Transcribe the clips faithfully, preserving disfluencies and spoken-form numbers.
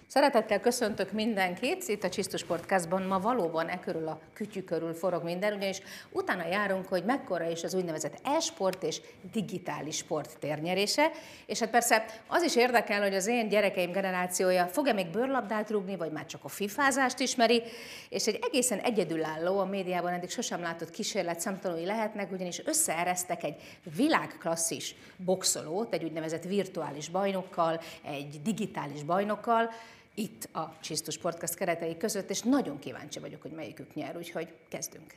Szeretettel köszöntök mindenkit, itt a Csisztus Podcastban ma valóban e körül a kütyű körül forog minden, ugyanis utána járunk, hogy mekkora is az úgynevezett e-sport és digitális sport térnyerése, és hát persze az is érdekel, hogy az én gyerekeim generációja fog-e még bőrlabdát rúgni, vagy már csak a fifázást ismeri, és egy egészen egyedülálló, a médiában eddig sosem látott kísérlet szemtanúi lehetnek, ugyanis összeeresztek egy világklasszis boxolót, egy úgynevezett virtuális bajnokkal, egy digitális bajnokkal, itt a Csisztus Podcast keretei között, és nagyon kíváncsi vagyok, hogy melyikük nyer, úgyhogy kezdünk.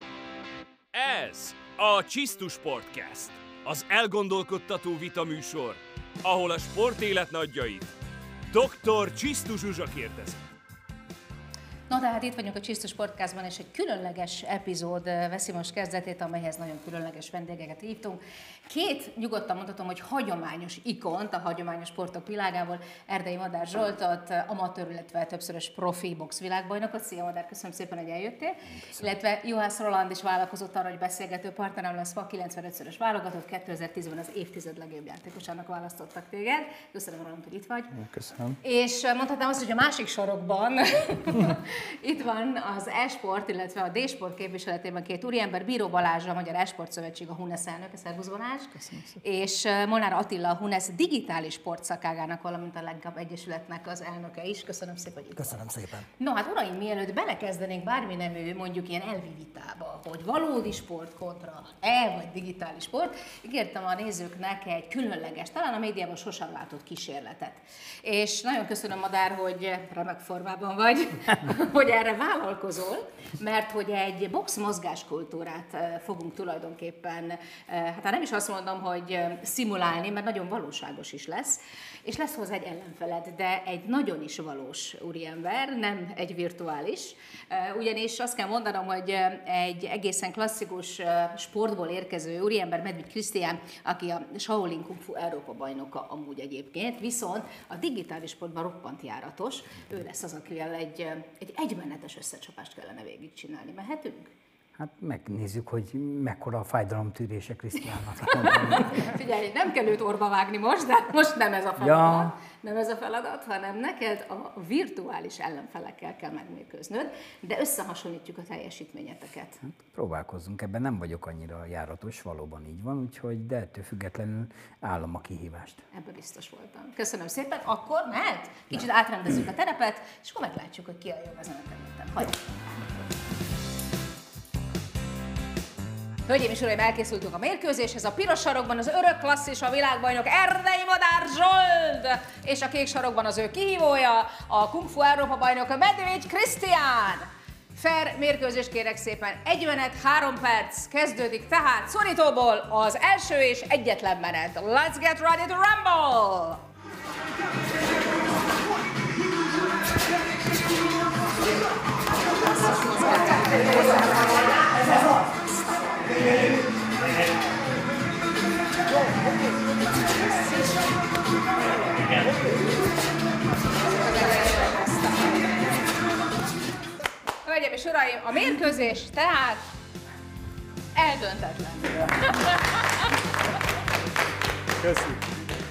Ez a Csisztus Podcast, az elgondolkodtató vitaműsor, ahol a sportélet nagyjait doktor Csisztus Zsuzsa kérdezi. Na, tehát itt vagyunk a Csisztus Podcastban, és egy különleges epizód veszi most kezdetét, amelyhez nagyon különleges vendégeket hívtunk. Két, nyugodtan mondhatom, hogy hagyományos ikont a hagyományos sportok világából, Erdei Madár Zsoltot, amatőr, illetve többszörös profi box világbajnokot. Szia Madár, köszönöm szépen, hogy eljöttél. Köszönöm. Illetve Juhász Roland is vállalkozott arra, hogy beszélgető partnerem lesz ma, kilencvenötszörös válogatott, kétezer-tízben az évtized legjobb játékosának választottak téged. Köszönöm, Roland, hogy itt vagy. Köszönöm. És mondhatnám azt, hogy a másik sorokban itt van az e-sport, illetve a D-sport képviseletében két úriember, Bíró Balázs, a Magyar E-sport Szövetség, a Hunesz elnöke, szervusz Balázs. Köszönöm szépen. És Molnár Attila, a Hunesz digitális sportszakágának, valamint a Legkap Egyesületnek az elnöke is. Köszönöm szépen, hogy itt Köszönöm van. szépen. No, hát uraim, mielőtt belekezdenénk bármi nemű, mondjuk ilyen elvi vitába, hogy valódi sport kontra e vagy digitális sport, ígértem a nézőknek egy különleges, talán a médiában sosem látott kísérletet. És nagyon köszönöm, Madár, hogy remek formában vagy, hogy erre vállalkozol, mert hogy egy box mozgáskultúrát fogunk tulajdonképpen, hát nem is azt mondom, hogy szimulálni, mert nagyon valóságos is lesz, és lesz hozzá egy ellenfeled, de egy nagyon is valós úriember, nem egy virtuális, ugyanis azt kell mondanom, hogy egy egészen klasszikus sportból érkező úriember, Medvigy Krisztián, aki a Shaolin Kung Fu Európa bajnoka amúgy egyébként, viszont a digitális sportban roppant járatos, ő lesz az, akivel egy, egy egymenetes összecsapást kellene végigcsinálni. Mehetünk? Hát megnézzük, hogy mekkora a fájdalomtűrése Krisztiánnak. Figyelj, nem kell őt orba vágni most, de most nem ez a feladat. Ja. Nem ez a feladat, hanem neked a virtuális ellenfelekkel kell megmérkőznöd, de összehasonlítjuk a teljesítményeteket. Hát próbálkozzunk, ebben nem vagyok annyira járatos, valóban így van, úgyhogy de ettől függetlenül állom a kihívást. Ebben biztos voltam. Köszönöm szépen, akkor mehet? Kicsit átrendezzük a terepet, és akkor meglátjuk, hogy ki a jobb ezen a területen. Hagyj! Hölgyeim és uraim, elkészültünk a mérkőzéshez. A piros sarokban az örök klasszis, a világbajnok Erdei Madár Zsolt, és a kék sarokban az ő kihívója, a Kung Fu Európa bajnok Medvigy Krisztián. Fair mérkőzést kérek szépen. Egy menet, három perc kezdődik, tehát szorítóból az első és egyetlen menet. Let's get ready to rumble! Hölgyeim és uraim, a mérkőzés tehát eldöntetlen. Köszönjük.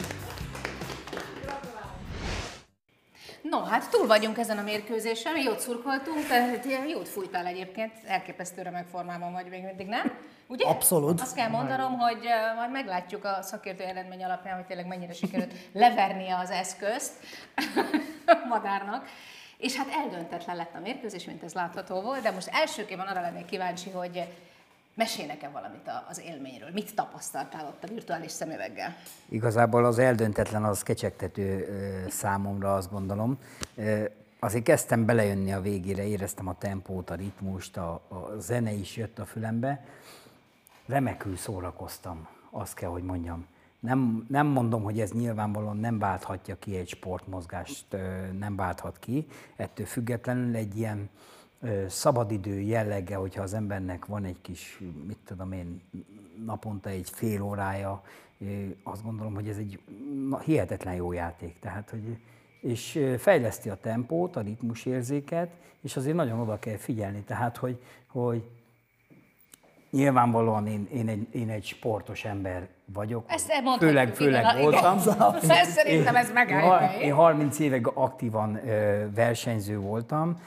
No, hát túl vagyunk ezen a mérkőzésen, mi jót szurkoltunk, tehát jót fújtál egyébként, elképesztő remek formában vagy még mindig, nem? Ugye? Abszolút. Azt kell mondanom, hogy majd meglátjuk a szakértő eredmény alapján, hogy tényleg mennyire sikerült levernie az eszközt Madárnak. És hát eldöntetlen lett a mérkőzés, mint ez látható volt, de most elsőképpen arra lennék kíváncsi, hogy mesélj nekem valamit az élményről. Mit tapasztaltál ott a virtuális szemüveggel? Igazából az eldöntetlen az kecsegtető számomra, azt gondolom. Azért kezdtem belejönni a végére, éreztem a tempót, a ritmust, a, a zene is jött a fülembe. Remekül szórakoztam, azt kell, hogy mondjam. Nem, nem mondom, hogy ez nyilvánvalóan nem válthatja ki egy sportmozgást, nem válthat ki. Ettől függetlenül egy ilyen szabadidő jellege, hogyha az embernek van egy kis, mit tudom én, naponta egy fél órája, azt gondolom, hogy ez egy hihetetlen jó játék. Tehát, hogy, és fejleszti a tempót, a ritmusérzéket, és azért nagyon oda kell figyelni. Tehát, hogy, hogy nyilvánvalóan én, én, egy, én egy sportos ember vagyok. Ezt elmondhatjuk, főleg, főleg igen, voltam. Igen. Szerintem ez megállja. Én harminc évig aktívan versenyző voltam,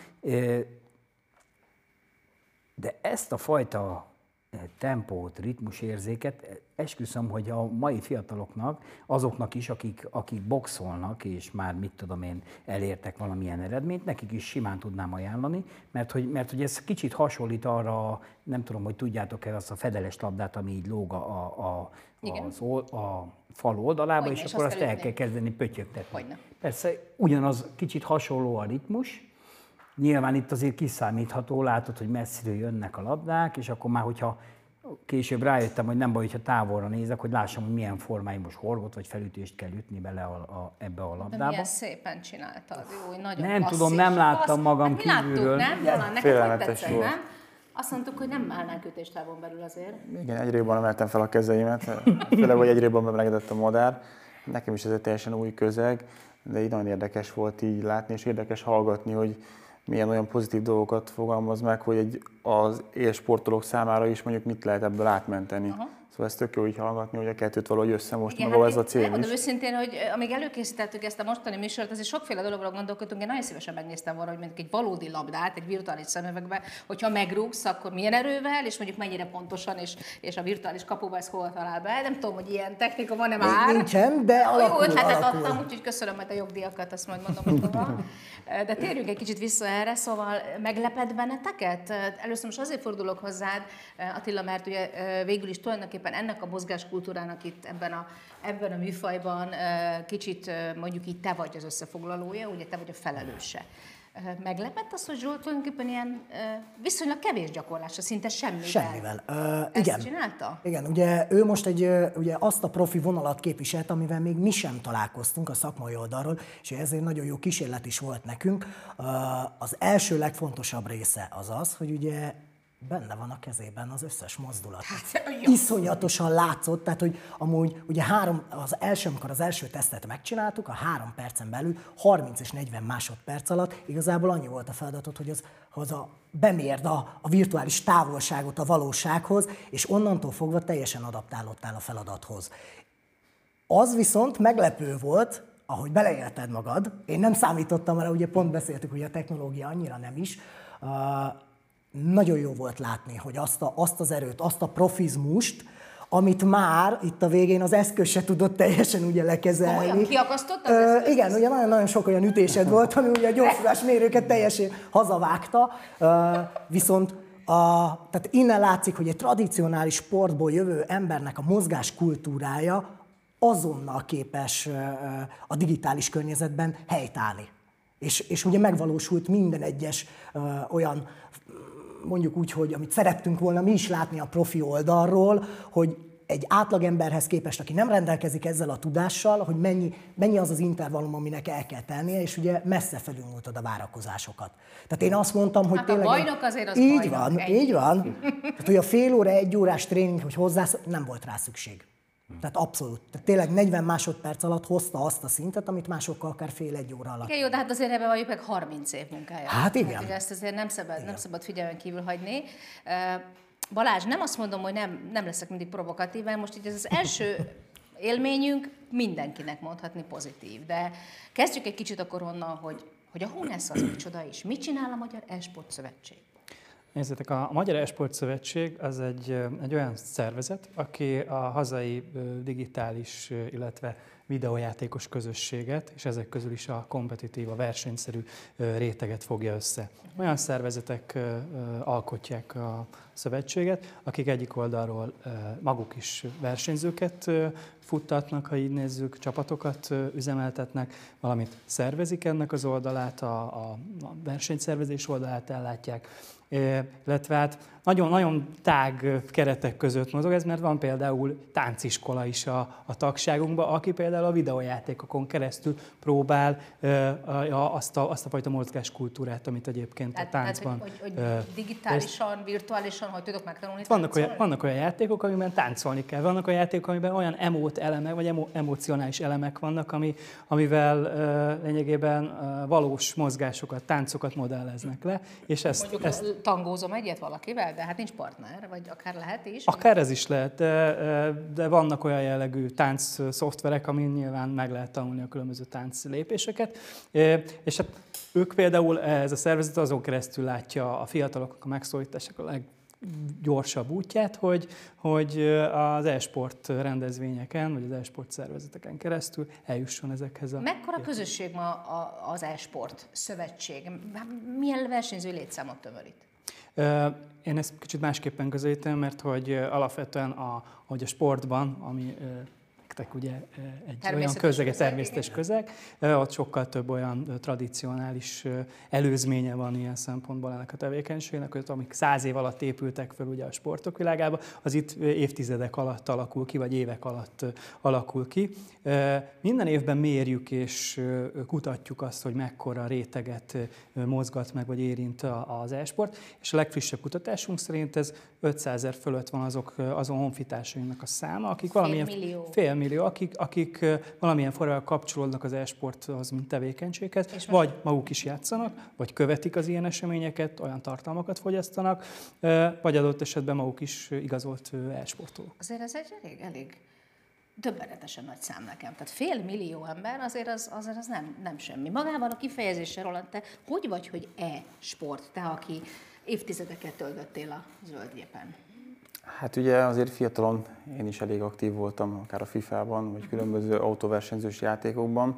de ezt a fajta tempót, ritmusérzéket, esküszöm, hogy a mai fiataloknak, azoknak is, akik, akik boxolnak, és már mit tudom én, elértek valamilyen eredményt, nekik is simán tudnám ajánlani, mert hogy, mert hogy ez kicsit hasonlít arra, nem tudom, hogy tudjátok-e azt a fedeles labdát, ami így lóg a, a, az, a fal oldalába, Hogyne, és, és akkor azt azt el elütni. kell kezdeni pötyögtetni. Hogyne. Persze ugyanaz, kicsit hasonló a ritmus, nyilván itt azért kiszámítható, látod, hogy messziről jönnek a labdák, és akkor már, hogyha később rájöttem, hogy nem baj, hogyha távolra nézek, hogy lássam, hogy milyen formájú most horgot vagy felütést kell ütni bele a, a, ebbe a labdába. De milyen szépen csináltad, jó, nagyon Nem klasszis. tudom, nem láttam Klassz. magam hát mi kívülről. láttuk, nem? Talán neked hogy Félelmetes tetszett, volt. nem? Azt mondtuk, hogy nem állnánk ütéstávon belül azért. Igen, egyre jobban emeltem fel a kezeimet, főleg, hogy egyre jobban bemelegedett a madár. Nekem is ez egy teljesen új közeg, de így nagyon érdekes volt így látni, és érdekes hallgatni, hogy milyen olyan pozitív dolgokat fogalmaz meg, hogy egy, az élsportolók számára is mondjuk mit lehet ebből átmenteni. Aha. Szóval ez tök jó így hallgatni, hogy a kettőt valahogy összemost, Igen, maga hát ez a én cél elmondom is. őszintén, hogy amíg előkészítettük ezt a mostani műsort, azért sokféle dologra gondolkodtunk, én nagyon szívesen megnéztem volna, hogy mondjuk egy valódi labdát, egy virtuális szemüvegbe, hogyha megrúgsz, akkor milyen erővel, és mondjuk mennyire pontosan, és, és a virtuális kapuba ez hol talál be. Nem tudom, hogy ilyen technika van-e már. Nincsen, de alakul, Jó ötletet alakul. adtam, úgyhogy köszönöm majd a jogdíjakat, azt majd mondom, hogy hova. De térjünk egy kicsit vissza erre, szóval meglepett benneteket? Először most azért fordulok hozzád, Attila, mert ugye végül is tulajdonképpen ennek a mozgáskultúrának itt ebben a, ebben a műfajban kicsit mondjuk így te vagy az összefoglalója, ugye te vagy a felelőse. Meglepett az, hogy Zsolt tulajdonképpen ilyen viszonylag kevés gyakorlása, szinte semmivel. Semmivel. Ö, Ezt igen. csinálta? Igen, ugye ő most egy, ö, ugye azt a profi vonalat képviselt, amivel még mi sem találkoztunk a szakmai oldalról, és ezért nagyon jó kísérlet is volt nekünk. Ö, az első legfontosabb része az az, hogy ugye benne van a kezében az összes mozdulat. Iszonyatosan látszott, tehát hogy amúgy ugye három, az első, amikor az első tesztet megcsináltuk, a három percen belül harminc és negyven másodperc alatt igazából annyi volt a feladatod, hogy az, az a, bemérd a, a virtuális távolságot a valósághoz, és onnantól fogva teljesen adaptálódtál a feladathoz. Az viszont meglepő volt, ahogy beleélted magad, én nem számítottam rá, ugye pont beszéltük, hogy a technológia annyira nem is, uh, nagyon jó volt látni, hogy azt, a, azt az erőt, azt a profizmust, amit már itt a végén az eszköz se tudott teljesen ugye lekezelni. Olyan kiakasztottad Ö, ezt? igen, ugye nagyon-nagyon sok olyan ütésed volt, ami ugye a gyorsulásmérőket teljesen hazavágta, Ö, viszont a, tehát innen látszik, hogy egy tradicionális sportból jövő embernek a mozgáskultúrája azonnal képes ö, a digitális környezetben helytállni. És, és ugye megvalósult minden egyes ö, olyan, mondjuk úgy, hogy amit szerettünk volna mi is látni a profi oldalról, hogy egy átlagemberhez képest, aki nem rendelkezik ezzel a tudással, hogy mennyi, mennyi az az intervallum, aminek el kell tennie, és ugye messze felülmúltad a várakozásokat. Tehát én azt mondtam, hogy Hát a tényleg... bajnok azért az így bajnok, van, ennyi. így van. Tehát, hogy a fél óra, egy órás tréning, hogy hozzász, nem volt rá szükség. Tehát abszolút. Tehát tényleg negyven másodperc alatt hozta azt a szintet, amit másokkal akár fél egy óra alatt. Igen, jó, de hát azért ebben valljuk meg harminc év munkája. Hát igen. Hát, ugye ezt azért nem szabad, nem szabad figyelmen kívül hagyni. Uh, Balázs, nem azt mondom, hogy nem, nem leszek mindig provokatív, mert most így ez az első élményünk mindenkinek mondhatni pozitív, de kezdjük egy kicsit akkor onnan, hogy, hogy a Honesz az micsoda is. Mit csinál a Magyar E-sport Szövetség? Nézzétek, a Magyar E-sport Szövetség az egy, egy olyan szervezet, aki a hazai digitális, illetve videójátékos közösséget, és ezek közül is a kompetitív, a versenyszerű réteget fogja össze. Olyan szervezetek alkotják a szövetséget, akik egyik oldalról maguk is versenyzőket futtatnak, ha így nézzük, csapatokat üzemeltetnek, valamit szervezik ennek az oldalát, a, a versenyszervezés oldalát ellátják, illetve hát nagyon-nagyon tág keretek között mozog ez, mert van például tánciskola is a, a tagságunkban, aki például például a videójátékokon keresztül próbál uh, azt, a, azt a fajta mozgáskultúrát, amit egyébként tehát, a táncban... Tehát, hogy, hogy, hogy digitálisan, uh, virtuálisan, hogy tudok megtanulni vannak olyan, vannak olyan játékok, amiben táncolni kell, vannak olyan játékok, amiben olyan emót elemek, vagy emo, emocionális elemek vannak, ami, amivel uh, lényegében uh, valós mozgásokat, táncokat modelleznek le, és ezt... Mondjuk ezt tangózom egyet valakivel, de hát nincs partner, vagy akár lehet is. Akár ez is lehet, de, de vannak olyan jellegű tánc szoftverek, amin nyilván meg lehet tanulni a különböző tánc lépéseket. És hát ők például, ez a szervezet azon keresztül látja a fiataloknak a megszólítások a leggyorsabb útját, hogy, hogy az e-sport rendezvényeken, vagy az e-sport szervezeteken keresztül eljusson ezekhez a... Mekkora közösség ma az e-sport szövetség? Milyen versenyző létszámot tömörít? Én ezt kicsit másképpen közelítem, mert hogy alapvetően a, hogy a sportban, ami nektek ugye egy olyan közeg, egy természetes közeg, ott sokkal több olyan tradicionális előzménye van ilyen szempontból ennek a tevékenységnek, hogy amik száz év alatt épültek fel ugye a sportok világába, az itt évtizedek alatt alakul ki, vagy évek alatt alakul ki. Minden évben mérjük és kutatjuk azt, hogy mekkora réteget mozgat meg, vagy érint az e-sport, és a legfrissebb kutatásunk szerint ez ötszázezer fölött van azok, azon honfitársainknak a száma, akik valamilyen félmillió, félmillió akik, akik valamilyen formában kapcsolódnak az e-sporthoz, mint tevékenységhez, vagy maguk is játszanak, vagy követik az ilyen eseményeket, olyan tartalmakat fogyasztanak, vagy adott esetben maguk is igazolt e-sportolók. Azért ez egy elég, elég döbbenetesen nagy szám nekem. Tehát fél millió ember azért az, azért az nem, nem semmi. Magával a kifejezéssel, Roland, te hogy vagy, hogy e-sport, te, aki évtizedeket töltöttél a zöldgépen? Hát ugye azért fiatalon én is elég aktív voltam, akár a fifában, vagy különböző autóversenyzős játékokban.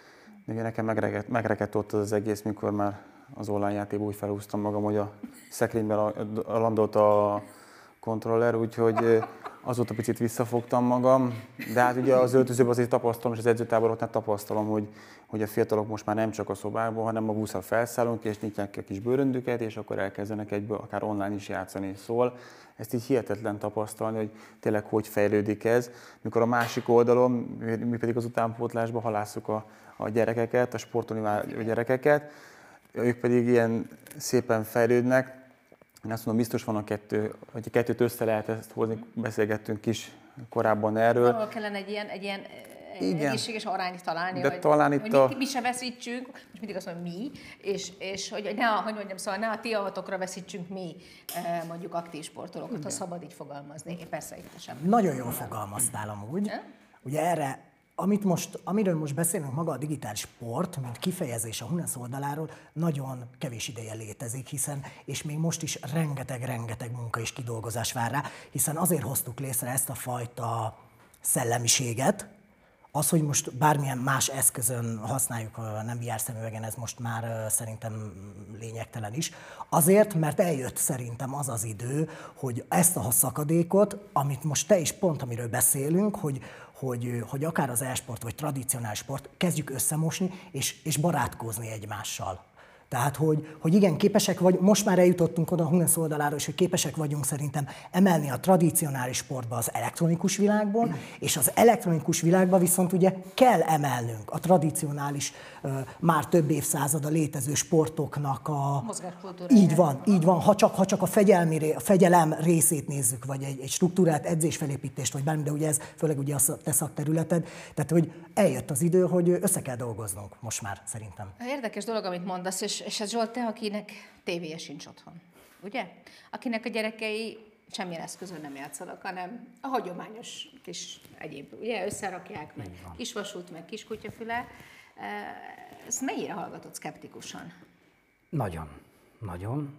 De ugye nekem megrekedt, megrekedt ott az egész, mikor már az online játékban úgy felhúztam magam, hogy a szekrényben landolt a kontroller, úgyhogy azóta picit visszafogtam magam. De hát ugye az öltözőben azért tapasztalom, és az edzőtáboroknál tapasztalom, hogy, hogy a fiatalok most már nem csak a szobákban, hanem a buszra felszállunk, és nyitják ki a kis bőröndüket, és akkor elkezdenek egyből akár online is játszani. Szóval ezt így hihetetlen tapasztalni, hogy tényleg hogy fejlődik ez. Mikor a másik oldalon, mi pedig az utánpótlásban halásszuk a, a gyerekeket, a sportolni gyerekeket, ők pedig ilyen szépen fejlődnek. Én azt mondom, biztos van a kettő, hogy a kettőt össze lehet ezt hozni, beszélgettünk is korábban erről. Valahol kellene egy ilyen, egy ilyen egészséges arányt találni, de hogy, talán itt hogy a... mi, mi se veszítsünk, most mindig azt mondom mi, és, és hogy ne, hogy mondjam, szóval ne a ti avatokra veszítsünk mi mondjuk aktív sportolókat, igen, ha szabad így fogalmazni. Én persze itt sem. Nagyon jól fogalmaztál amúgy. Ne? Ugye erre, amit most, amiről most beszélünk, maga a digitális sport, mint kifejezés a Hunesz oldaláról, nagyon kevés ideje létezik, hiszen, és még most is rengeteg-rengeteg munka és kidolgozás vár rá, hiszen azért hoztuk létre ezt a fajta szellemiséget, az, hogy most bármilyen más eszközön használjuk, nem vé er szemüvegen, ez most már szerintem lényegtelen is. Azért, mert eljött szerintem az az idő, hogy ezt a szakadékot, amit most te is pont, amiről beszélünk, hogy, hogy, hogy akár az e-sport vagy tradicionális sport, kezdjük összemosni és, és barátkozni egymással. Tehát, hogy, hogy igen, képesek vagy, most már eljutottunk oda a Hunesz oldalára is, hogy képesek vagyunk szerintem emelni a tradicionális sportba az elektronikus világból, és az elektronikus világba viszont ugye kell emelnünk a tradicionális, már több évszázada létező sportoknak a... mozgáskultúráját. Így van, így van. Ha csak, ha csak a, fegyelmi, a fegyelem részét nézzük, vagy egy, egy struktúrát, edzésfelépítést, vagy bármi, de ugye ez főleg ugye a te szakterületed, tehát hogy eljött az idő, hogy össze kell dolgoznunk most már szerintem. Érdekes dolog, amit mondasz, és, és ez Zsolt, te, akinek tévéje sincs otthon, ugye? Akinek a gyerekei semmilyen eszközön nem játszanak, hanem a hagyományos kis egyéb, ugye, összerakják meg kis vasút, meg kis kutyafüle. Ezt mennyire hallgatod szkeptikusan? Nagyon, nagyon.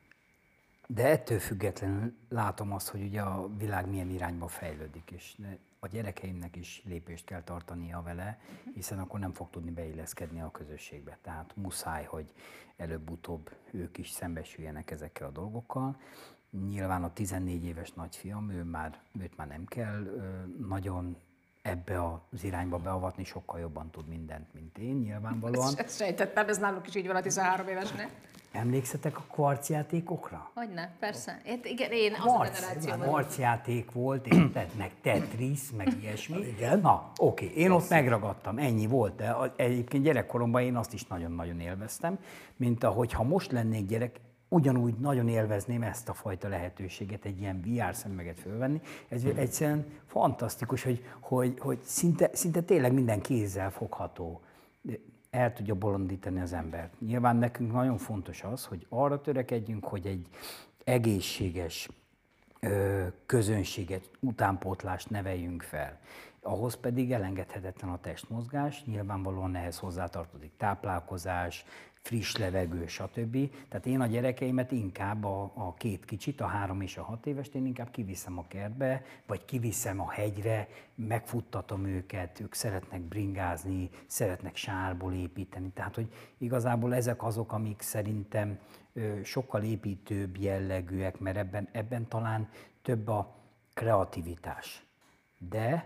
De ettől függetlenül látom azt, hogy ugye a világ milyen irányba fejlődik, és a gyerekeimnek is lépést kell tartania vele, hiszen akkor nem fog tudni beilleszkedni a közösségbe. Tehát muszáj, hogy előbb-utóbb ők is szembesüljenek ezekkel a dolgokkal. Nyilván a tizennégy éves nagyfiam, ő már, őt már nem kell nagyon ebbe az irányba beavatni, sokkal jobban tud mindent, mint én, nyilvánvalóan. Ezt sejtettem, ez náluk is így van a tizenhárom évesnek. Emlékszetek a kvarcjátékokra? Hogyne, persze. Én, igen, én az a generáció vagyok. Kvarcjáték volt, érted, meg Tetris, meg ilyesmi. Igen. Na, oké, én ott megragadtam, ennyi volt, de egyébként gyerekkoromban én azt is nagyon-nagyon élveztem, mint ahogy ha most lennék gyerek, ugyanúgy nagyon élvezném ezt a fajta lehetőséget, egy ilyen vé er szemüveget fölvenni. Ez egyszerűen fantasztikus, hogy, hogy, hogy szinte, szinte tényleg minden kézzel fogható. El tudja bolondítani az embert. Nyilván nekünk nagyon fontos az, hogy arra törekedjünk, hogy egy egészséges ö, közönséget, utánpótlást neveljünk fel. Ahhoz pedig elengedhetetlen a testmozgás, nyilvánvalóan ehhez hozzátartozik táplálkozás, friss levegő, stb. Tehát én a gyerekeimet inkább a, a két kicsit, a három és a hat évest, én inkább kiviszem a kertbe, vagy kiviszem a hegyre, megfuttatom őket, ők szeretnek bringázni, szeretnek sárból építeni. Tehát, hogy igazából ezek azok, amik szerintem ö, sokkal építőbb jellegűek, mert ebben, ebben talán több a kreativitás. De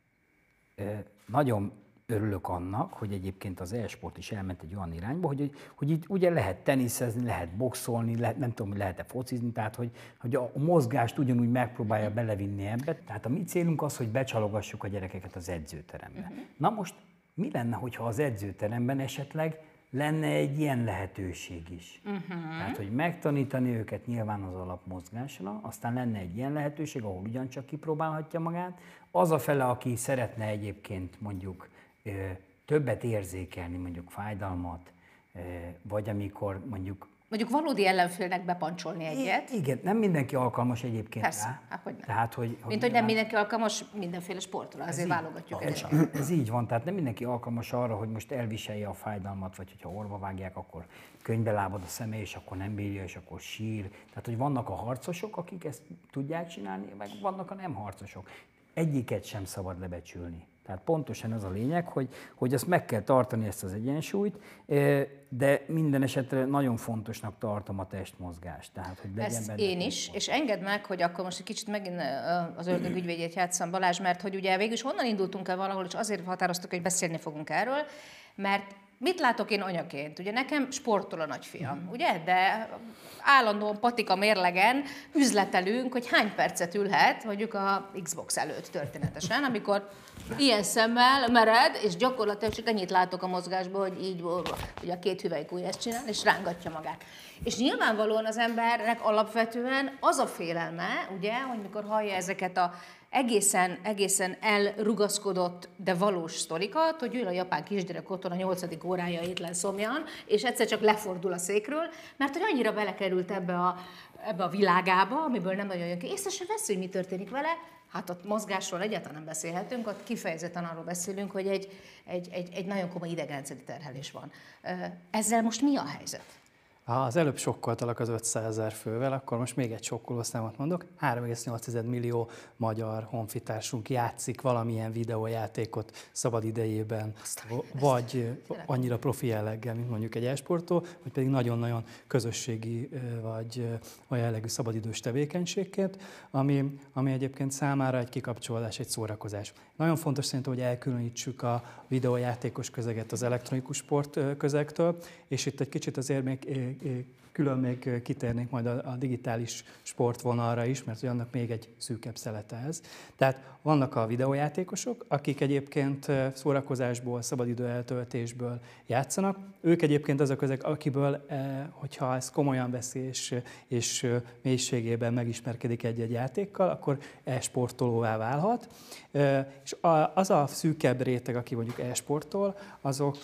ö, nagyon örülök annak, hogy egyébként az e-sport is elment egy olyan irányba, hogy, hogy itt ugye lehet teniszezni, lehet boxolni, lehet, nem tudom, hogy lehet-e focizni, tehát hogy, hogy a mozgást ugyanúgy megpróbálja belevinni ebbe. Tehát a mi célunk az, hogy becsalogassuk a gyerekeket az edzőterembe. Uh-huh. Na most mi lenne, hogyha az edzőteremben esetleg lenne egy ilyen lehetőség is? Uh-huh. Tehát, hogy megtanítani őket nyilván az alapmozgásra, aztán lenne egy ilyen lehetőség, ahol ugyancsak kipróbálhatja magát. Az a fele, aki szeretne egyébként mondjuk többet érzékelni, mondjuk fájdalmat, vagy amikor mondjuk... Mondjuk valódi ellenfélnek bepancsolni egyet. Igen, nem mindenki alkalmas egyébként Persze, rá. hát hogy nem. Tehát, hogy, Mint hogy nem mindenki alkalmas mindenféle sportra, azért válogatjuk ez, egyet. ez így van, tehát nem mindenki alkalmas arra, hogy most elviselje a fájdalmat, vagy hogyha orva vágják, akkor könybe lábad a szeme, és akkor nem bírja, és akkor sír. Tehát, hogy vannak a harcosok, akik ezt tudják csinálni, meg vannak a nem harcosok. Egyiket sem szabad lebecsülni. Tehát pontosan az a lényeg, hogy, hogy azt meg kell tartani, ezt az egyensúlyt, de minden esetre nagyon fontosnak tartom a testmozgást. Tehát, hogy legyen ezt benne én is, és engedd meg, hogy akkor most egy kicsit megint az ördög ügyvédjét játsszam, Balázs, mert hogy ugye végül is honnan indultunk el valahol, és azért határoztuk, hogy beszélni fogunk erről, mert mit látok én anyaként? Ugye nekem sportol a nagyfiam, ugye? De állandóan patika mérlegen üzletelünk, hogy hány percet ülhet, mondjuk a Xbox előtt történetesen, amikor ilyen szemmel mered, és gyakorlatilag csak ennyit látok a mozgásból, hogy így hogy a két hüvelykúj ezt csinál, és rángatja magát. És nyilvánvalóan az embernek alapvetően az a félelme, ugye, hogy mikor hallja ezeket a egészen, egészen elrugaszkodott, de valós sztorikat, hogy ül a japán kisgyerek otthon a nyolcadik órája étlen szomjan, és egyszer csak lefordul a székről, mert hogy annyira belekerült ebbe a, ebbe a világába, amiből nem nagyon jön ki. Észre sem vesz, hogy mi történik vele. Hát ott mozgásról egyáltalán nem beszélhetünk, ott kifejezetten arról beszélünk, hogy egy, egy, egy, egy nagyon komoly idegrendszeri terhelés van. Ezzel most mi a helyzet? Ha az előbb sokkoltalak az ötszázezer fővel, akkor most még egy sokkoló számot mondok. három egész nyolc millió magyar honfitársunk játszik valamilyen videójátékot szabad idejében, vagy annyira profi jelleggel, mint mondjuk egy e-sportol, vagy pedig nagyon-nagyon közösségi vagy olyan jellegű szabadidős tevékenységként, ami, ami egyébként számára egy kikapcsolódás, egy szórakozás. Nagyon fontos szerintem, hogy elkülönítsük a videójátékos közeget az elektronikus sport közegtől, és itt egy kicsit azért még külön még kitérnék majd a, a digitális sportvonalra is, mert annak még egy szűkebb szelete ez. Tehát vannak a videójátékosok, akik egyébként szórakozásból, szabadidő eltöltésből játszanak. Ők egyébként azok azok, akiből, hogyha ezt komolyan veszi és, és mélységében megismerkedik egy-egy játékkal, akkor e-sportolóvá válhat. És az a szűkebb réteg, aki mondjuk e-sportol, azok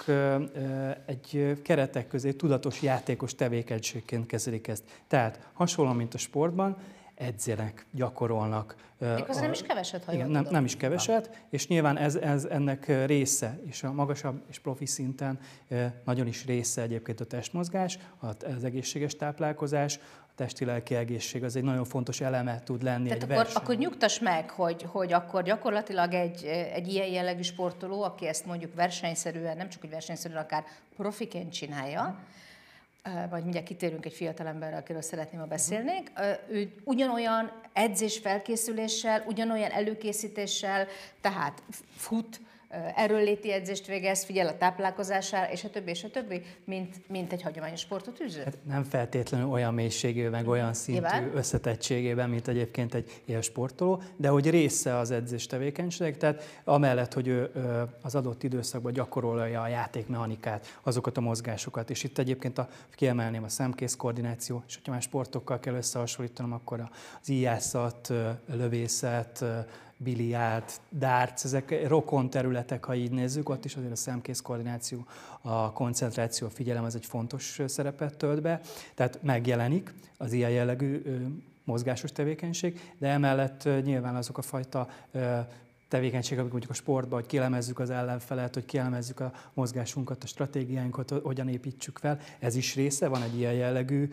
egy keretek közé tudatos játékos tevékenységként kezelik ezt. Tehát hasonlóan, mint a sportban, edzenek, gyakorolnak. Méghozzá nem is keveset, ha igen, jól nem, tudom. nem is keveset, és nyilván ez, ez ennek része, és a magasabb és profi szinten nagyon is része egyébként a testmozgás, az egészséges táplálkozás, a testi-lelki egészség, az egy nagyon fontos eleme tud lenni. Tehát egy akkor, verseny. akkor nyugtass meg, hogy, hogy akkor gyakorlatilag egy, egy ilyen jellegű sportoló, aki ezt mondjuk versenyszerűen, nem csak hogy versenyszerűen, akár profiként csinálja, vagy mindjárt kitérünk egy fiatalemberre, akiről szeretném, ha beszélnék, ő ugyanolyan edzés felkészüléssel, ugyanolyan előkészítéssel, tehát fut, erőnléti edzést végez, figyel a táplálkozására, és a többi, és a többi, mint, mint egy hagyományos sportot űző? Hát nem feltétlenül olyan mélységében, meg olyan szintű Nyilván. összetettségében, mint egyébként egy ilyen sportoló, de hogy része az edzés tevékenység, tehát amellett, hogy ő az adott időszakban gyakorolja a játékmechanikát, azokat a mozgásokat, és itt egyébként a, kiemelném a szemkész koordináció, és hogyha már sportokkal kell összehasonlítanom, akkor az íjászat, lövészet, biliárd, darts, ezek rokon területek, ha így nézzük, ott is azért a szemkész koordináció, a koncentráció, a figyelem, az egy fontos szerepet tölt be, tehát megjelenik az ilyen jellegű mozgásos tevékenység, de emellett nyilván azok a fajta tevékenység, amik mondjuk a sportban, hogy kielemezzük az ellenfelet, hogy kielemezzük a mozgásunkat, a stratégiánkat, hogyan építsük fel, ez is része, van egy ilyen jellegű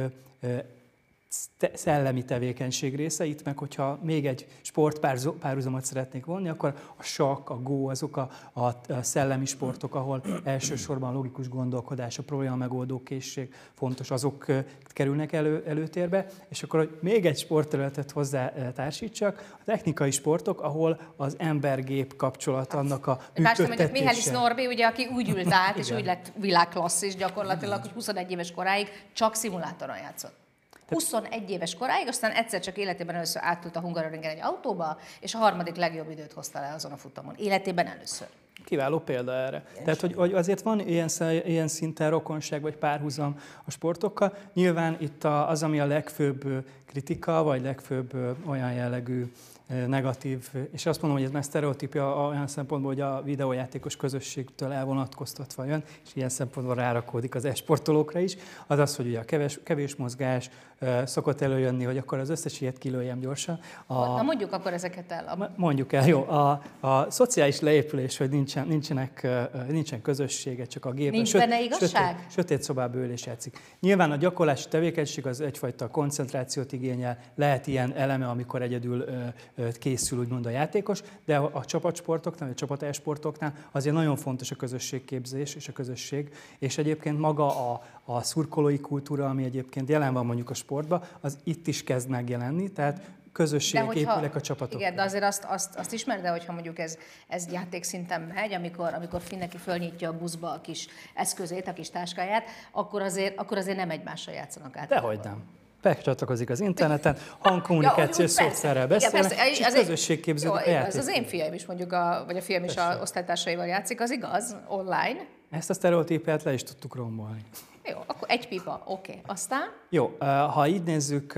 szellemi tevékenység része, itt meg hogyha még egy sportpárhuzamot szeretnék vonni, akkor a sakk, a gó, azok a, a szellemi sportok, ahol elsősorban a logikus gondolkodás, a probléma megoldó készség fontos, azok kerülnek elő, előtérbe, és akkor, hogy még egy sportterületet hozzá társítsak, a technikai sportok, ahol az ember-gép kapcsolat, annak a működtetése. Mondjuk Mihály Norbi, ugye, aki úgy ült át, és úgy lett világklasszis gyakorlatilag, hogy huszonegy éves koráig csak szimulátoron játszott. huszonegy éves koráig, aztán egyszer csak életében először átült a Hungaroringen egy autóba, és a harmadik legjobb időt hozta le azon a futamon. Életében először. Kiváló példa erre. Ilyen Tehát, hogy, hogy azért van ilyen, ilyen szinten rokonság vagy párhuzam a sportokkal. Nyilván itt az, ami a legfőbb kritika, vagy legfőbb olyan jellegű negatív, és azt mondom, hogy ez már sztereotípia olyan szempontból, hogy a videójátékos közösségtől elvonatkoztatva jön, és ilyen szempontból rárakódik az e-sportolókra is, az az, hogy ugye a kevés, kevés mozgás szokott előjönni, hogy akkor az összes ilyet kilőjem gyorsan. A, Na mondjuk akkor ezeket el. A... Mondjuk el, jó. A, a szociális leépülés, hogy nincsen, nincsenek, nincsen közössége, csak a gép. Nincs söt, benne igazság? Sötét, sötét szobában ülés játszik. Nyilván a gyakorlási tevékenység az egyfajta koncentrációt igényel, lehet ilyen eleme, amikor egyedül készül úgymond a játékos, de a csapatsportoknál, a csapat-e-sportoknál azért nagyon fontos a közösségképzés és a közösség, és egyébként maga a, a szurkolói kultúra, ami egyébként jelen van mondjuk a sportban, az itt is kezd megjelenni, tehát közösségek épülnek a csapatok. Igen, de azért azt, azt, azt ismered, de hogyha mondjuk ez, ez játékszinten megy, amikor, amikor Finn neki fölnyitja a buszba a kis eszközét, a kis táskáját, akkor azért, akkor azért nem egymással játszanak át. Dehogy nem. Becsatlakozik az interneten, hangkommunikációs ja, szoftverrel beszélnek, igen, és közösségképződik a játék. Az én fiam is mondjuk, a, vagy a fiam is a osztálytársaival játszik, az igaz, online. Ezt a sztereotípiát le is tudtuk rombolni. Jó, akkor egy pipa, oké. Okay. Aztán? Jó, ha így nézzük,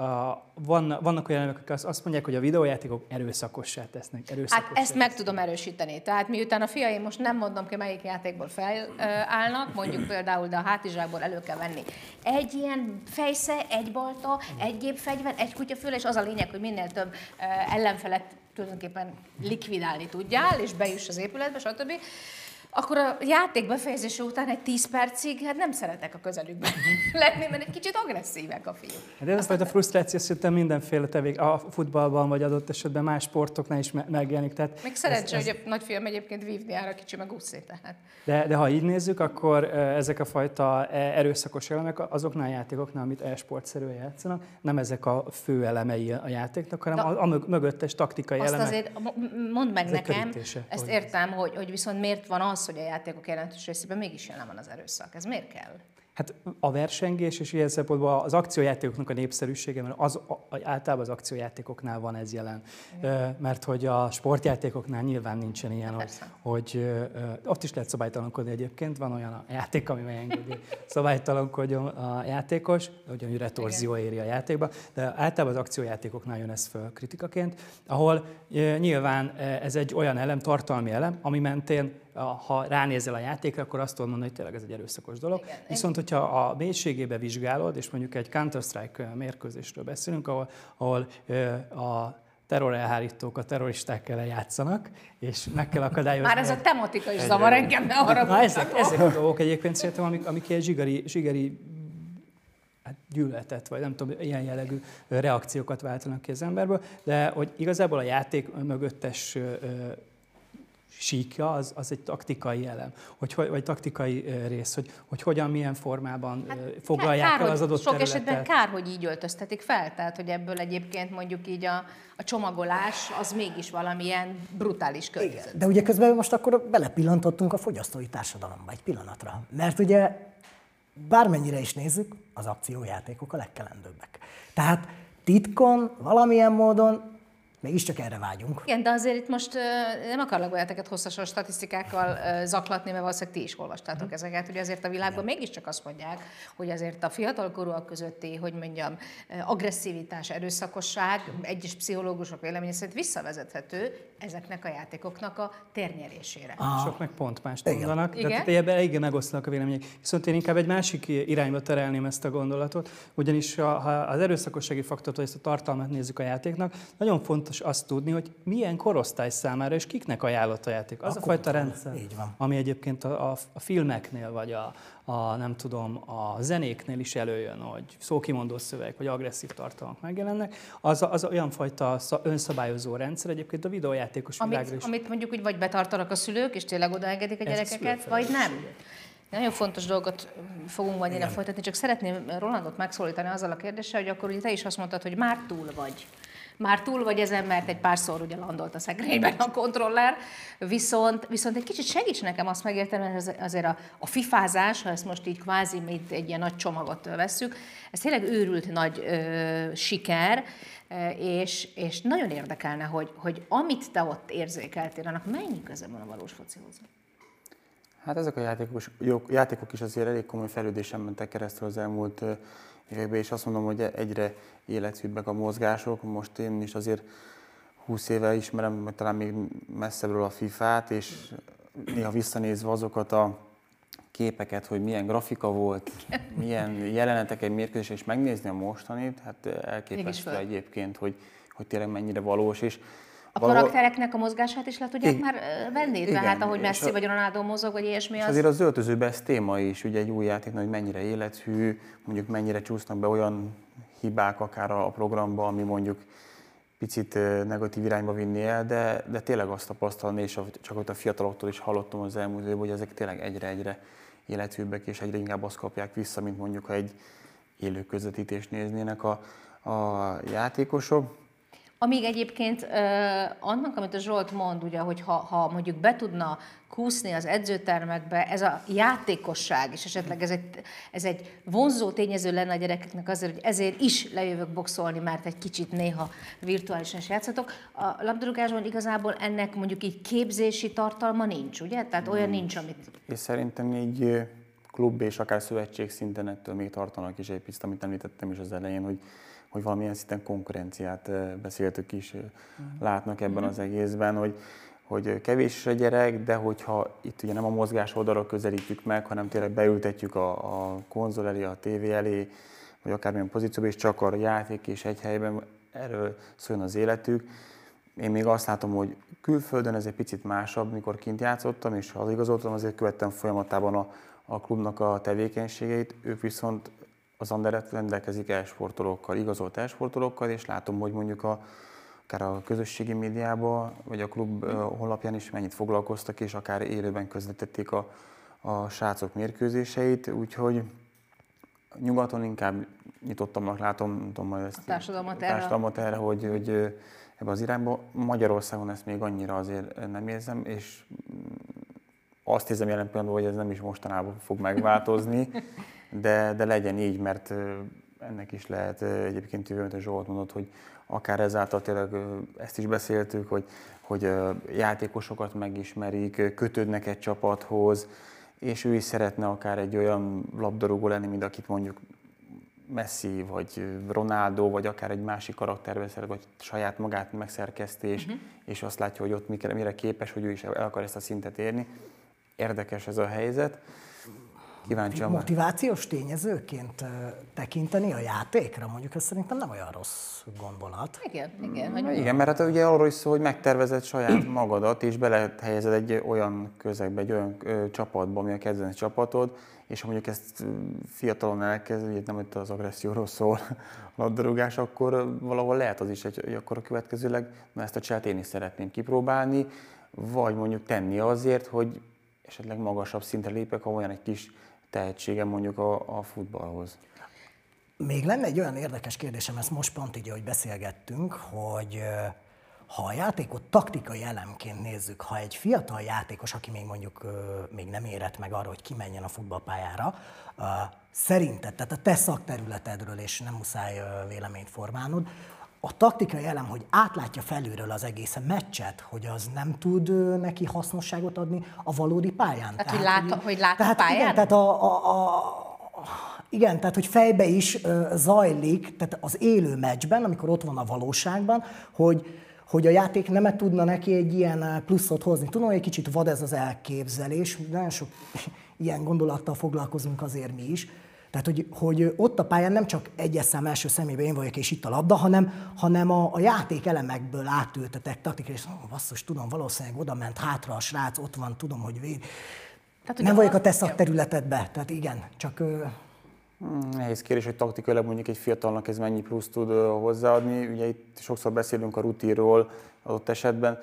van, vannak olyan elemek, akik azt mondják, hogy a videójátékok erőszakossá tesznek. Hát ezt meg tudom erősíteni. Tehát miután a fiaim, most nem mondom ki, melyik játékból felállnak, mondjuk például, de a hátizsákból elő kell venni. Egy ilyen fejsze, egy balta, egy gépfegyver, egy kutyafüle, és az a lényeg, hogy minél több ellenfelet tulajdonképpen likvidálni tudjál, és bejuss az épületbe, stb. Akkor a játék befejezése után egy tíz percig hát nem szeretek a közelükben lenni, mert egy kicsit agresszívek a fiúk. De ez a frusztráció szerintem mindenféle tevék, a futballban vagy adott esetben más sportoknál is megjelenik. Tehát még szerencsé, ez, ez... hogy a nagyfiam egyébként vívni ára, kicsi meg úszni, tehát. De, de ha így nézzük, akkor ezek a fajta erőszakos elemek azoknál a játékoknál, amit e-sportszerűen játszanak, nem ezek a fő elemei a játéknak, hanem a, a mögöttes taktikai azt elemek. Azt azért mondd meg nekem, ezt értem, hogy, hogy viszont miért van az, hogy a játékok jelentős részében mégis jelen van az erőszak. Ez miért kell? Hát a versengés és ilyen szempontból az akciójátékoknak a népszerűsége, mert az, az, általában az akciójátékoknál van ez jelen. Mm. Mert hogy a sportjátékoknál nyilván nincsen ilyen, hogy, hogy ott is lehet szabálytalankodni egyébként. Van olyan a játék, ami megengedi, szabálytalankodjon a játékos, hogy a torzió éri a játékba, de általában az akciójátékoknál jön ez föl kritikaként, ahol nyilván ez egy olyan elem, tartalmi elem, ami mentén ha ránézel a játékra, akkor azt tudod mondani, hogy tényleg ez egy erőszakos dolog. Igen. Viszont, hogyha a mélységébe vizsgálod, és mondjuk egy Counter-Strike mérkőzésről beszélünk, ahol, ahol a terrorelhárítók a terroristákkal játszanak, és meg kell akadályozni. Már ez a tematika is zavar engem, ne arra Na, ezek, ezek a dolgok egyébként szerintem, amik, amik ilyen zsigeri, zsigeri hát gyűlöletet, vagy nem tudom, ilyen jellegű reakciókat váltanak ki az emberből, de hogy igazából a játék mögöttes síkja, az, az egy taktikai elem, hogy, vagy taktikai rész, hogy, hogy hogyan, milyen formában hát, foglalják kár, el az adott sok területet. Esetben kár, hogy így öltöztetik fel, tehát hogy ebből egyébként mondjuk így a, a csomagolás az mégis valamilyen brutális környezet. Igen, de ugye közben most akkor belepillantottunk a fogyasztói társadalomba egy pillanatra, mert ugye bármennyire is nézzük, az akciójátékok a legkelendőbbek. Tehát titkon, valamilyen módon mégiscsak erre vágyunk. Igen, de azért itt most nem akarlak benneteket hosszasan statisztikákkal zaklatni, mert valószínűleg ti is olvastátok mm. ezeket, hogy azért a világban igen. mégiscsak azt mondják, hogy azért a fiatalkorúak közötti, hogy mondjam, agresszivitás, erőszakosság egyes pszichológusok véleménye szerint visszavezethető ezeknek a játékoknak a térnyerésére. Ah. Sok meg pont mást mondanak, igen. de ebben eléggé megosztanak a vélemények. Viszont én inkább egy másik irányba terelném ezt a gondolatot, ugyanis ha az erőszakossági faktort, vagy ezt a tartalmat nézzük a játéknak, nagyon fontos azt tudni, hogy milyen korosztály számára és kiknek ajánlott a játék. Az a, a fajta rendszer, ami egyébként a, a, a filmeknél, vagy a, a, nem tudom, a zenéknél is előjön, hogy szókimondó szöveg, vagy agresszív tartalmak megjelennek, az, az olyan fajta önszabályozó rendszer egyébként a videójátékos világra is. Amit mondjuk úgy vagy betartanak a szülők, és tényleg odaengedik a gyerekeket, vagy nem. Nagyon fontos dolgot fogunk majd innen folytatni, csak szeretném Rolandot megszólítani azzal a kérdéssel, hogy akkor ugye te is azt mondtad, hogy már túl vagy. Már túl vagy ezen, mert egy párszor ugye landolt a szekrényben a kontroller, viszont, viszont egy kicsit segíts nekem azt megérteni, hogy azért a, a fifázás, ha ezt most így kvázi mint egy ilyen nagy csomagot vesszük, ez tényleg őrült nagy ö, siker, és, és nagyon érdekelne, hogy, hogy amit te ott érzékeltél, annak mennyi köze van a valós focihoz? Hát ezek a játékok, játékok is azért elég komoly fejlődésen mentek keresztül az elmúlt években, és azt mondom, hogy egyre életűbbek a mozgások. Most én is azért húsz éve ismerem, vagy talán még messzebbről a fifát, és néha visszanézve azokat a képeket, hogy milyen grafika volt, milyen jelenetek egy mérkőzés, és megnézni a mostanit, hát elképesztő egyébként, hogy, hogy tényleg mennyire valós. És a valahol... karaktereknek a mozgását is le tudják igen. már venni? Igen. Tehát ahogy Messi a... vagy Ronaldo mozog, vagy ilyesmi az... azért az öltözőben ez téma is, ugye egy új játéknak, hogy mennyire élethű, mondjuk mennyire csúsznak be olyan hibák akár a programba, ami mondjuk picit negatív irányba vinni el, de, de tényleg azt tapasztalni, és csak ott a fiataloktól is hallottam az elmúlt évben, hogy ezek tényleg egyre-egyre élethűbbek, és egyre inkább azt kapják vissza, mint mondjuk, ha egy élő közvetítést néznének a, a játékosok. Amíg egyébként uh, annak, amit a Zsolt mond, ugye, hogy ha, ha mondjuk be tudna kúszni az edzőtermekbe, ez a játékosság, és esetleg ez egy, ez egy vonzó tényező lenne a gyerekeknek azért, hogy ezért is lejövök boxolni, mert egy kicsit néha virtuálisan is játszatok. A labdarúgásban igazából ennek mondjuk így képzési tartalma nincs, ugye? Tehát olyan nincs, amit... És szerintem így klub és akár szövetség szinten ettől még tartanak is egy picit, amit említettem is az elején, hogy hogy valamilyen szinten konkurenciát beszéltük is, látnak ebben az egészben, hogy, hogy kevés a gyerek, de hogyha itt ugye nem a mozgás oldalra közelítjük meg, hanem tényleg beültetjük a, a konzol elé, a tévé elé, vagy akármilyen pozícióban, és csak a játék és egy helyben, erről szóljon az életük. Én még azt látom, hogy külföldön ez egy picit másabb, mikor kint játszottam, és ha az igazoltam, azért követtem folyamatában a, a klubnak a tevékenységeit, ők viszont az Anderlecht rendelkezik e-sportolókkal, igazolt e-sportolókkal, és látom, hogy mondjuk a, akár a közösségi médiában, vagy a klub honlapján is mennyit foglalkoztak, és akár élőben közvetítették a, a srácok mérkőzéseit, úgyhogy nyugaton inkább nyitottabbnak látom, nem tudom majd ezt a társadalmat, a társadalmat erre, erre hogy, hogy ebbe az irányba. Magyarországon ezt még annyira azért nem érzem, és azt érzem jelen pillanatban, hogy ez nem is mostanában fog megváltozni, de, de legyen így, mert ennek is lehet egyébként jövő, amit a Zsolt mondott, hogy akár ezáltal tényleg ezt is beszéltük, hogy, hogy játékosokat megismerik, kötődnek egy csapathoz, és ő is szeretne akár egy olyan labdarúgó lenni, mint akit mondjuk Messi, vagy Ronaldo, vagy akár egy másik karakterbe szeret, vagy saját magát megszerkeszti, és, uh-huh. és azt látja, hogy ott mire, mire képes, hogy ő is el akar ezt a szintet érni. Érdekes ez a helyzet. Kíváncsian. Motivációs tényezőként tekinteni a játékra, mondjuk ez szerintem nem olyan rossz gondolat. Igen, igen. Hogy igen, mert hát ugye arról is szól, hogy megtervezed saját magadat, és bele helyezed egy olyan közegbe, egy olyan ö, csapatba, ami a kedvenc csapatod, és ha mondjuk ezt fiatalon elkezd, ugye nem itt az agresszióról szól a labdarúgás, akkor valahol lehet az is, hogy akkor a következőleg, na ezt a cselt én is szeretném kipróbálni, vagy mondjuk tenni azért, hogy esetleg magasabb szintre lépek, ha olyan egy kis tehetségem mondjuk a, a futballhoz. Még lenne egy olyan érdekes kérdésem, ezt most pont így, ahogy beszélgettünk, hogy ha a játékot taktikai elemként nézzük, ha egy fiatal játékos, aki még mondjuk még nem érett meg arra, hogy kimenjen a futballpályára, szerinted, tehát a te szakterületedről, és nem muszáj véleményt formálnod, a taktikai elem, hogy átlátja felülről az egész meccset, hogy az nem tud neki hasznosságot adni a valódi pályán. Tehát, tehát hogy lát, hogy lát tehát, a pályán? Igen, tehát a, a, a Igen, tehát hogy fejbe is uh, zajlik, tehát az élő meccsben, amikor ott van a valóságban, hogy, hogy a játék nem tudna neki egy ilyen pluszot hozni. Tudom, hogy egy kicsit vad ez az elképzelés, nagyon sok ilyen gondolattal foglalkozunk azért mi is. Tehát, hogy, hogy ott a pályán nem csak egyes szám első személyben én vagyok és itt a labda, hanem, hanem a, a játék elemekből átültetek taktikai, és oh, basszus, tudom, valószínűleg oda ment hátra a srác, ott van, tudom, hogy véd. Tehát, nem vagyok a te szakterületedbe, tehát igen, csak... Nehéz kérdés, hogy taktikailag mondjuk egy fiatalnak ez mennyi plusz tud hozzáadni. Ugye itt sokszor beszélünk a rutinról adott esetben.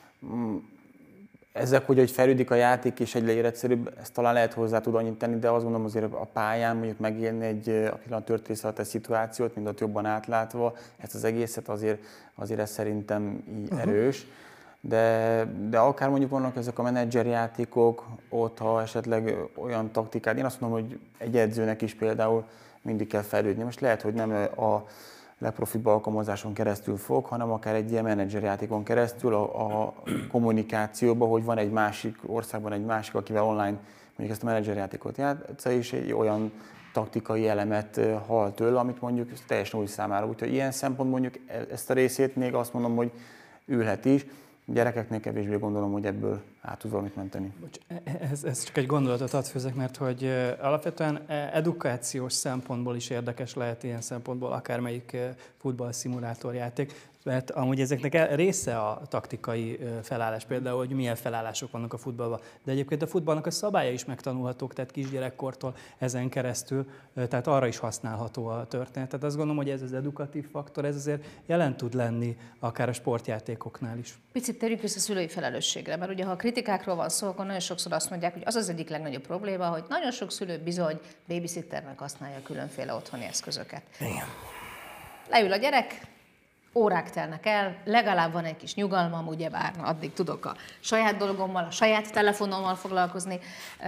Ezek, hogy, hogy fejlődik a játék és egyre életszerűbb, ezt talán lehet hozzá tud annyit tenni, de azt gondolom azért a pályán mondjuk megélni egy a pillanat történet alatt egy szituációt, mint ott jobban átlátva, ezt az egészet azért, azért ez szerintem így erős. De, de akár mondjuk vannak ezek a menedzserjátékok, ott ha esetleg olyan taktikád, én azt mondom, hogy egy edzőnek is például mindig kell fejlődni. Most lehet, hogy nem a legprofibb alkalmazáson keresztül fog, hanem akár egy ilyen menedzserjátékon keresztül a, a kommunikációban, hogy van egy másik országban egy másik, akivel online mondjuk ezt a menedzserjátékot játsza, és egy olyan taktikai elemet hall tőle, amit mondjuk teljesen új számára. Úgyhogy ilyen szempont mondjuk ezt a részét még azt mondom, hogy ülhet is. Gyerekeknél kevésbé gondolom, hogy ebből át tud valamit menteni. Bocs, ez, ez csak egy gondolatot ad főzek, mert hogy alapvetően edukációs szempontból is érdekes lehet ilyen szempontból akármelyik futballszimulátorjáték, mert amúgy ezeknek része a taktikai felállás, például, hogy milyen felállások vannak a futballban. De egyébként a futballnak a szabálya is megtanulhatók, tehát kisgyerekkortól ezen keresztül, tehát arra is használható a történet. Tehát azt gondolom, hogy ez az edukatív faktor, ez azért jelen tud lenni akár a sportjátékoknál is. Picit térjünk vissza a szülői felelősségre, mert ugye ha a kritikákról van szó, akkor nagyon sokszor azt mondják, hogy az az egyik legnagyobb probléma, hogy nagyon sok szülő bizony babysitternek használja különféle otthoni eszközöket. Igen. Leül a gyerek, órák telnek el, legalább van egy kis nyugalmam, ugyebár addig tudok a saját dolgommal, a saját telefonommal foglalkozni.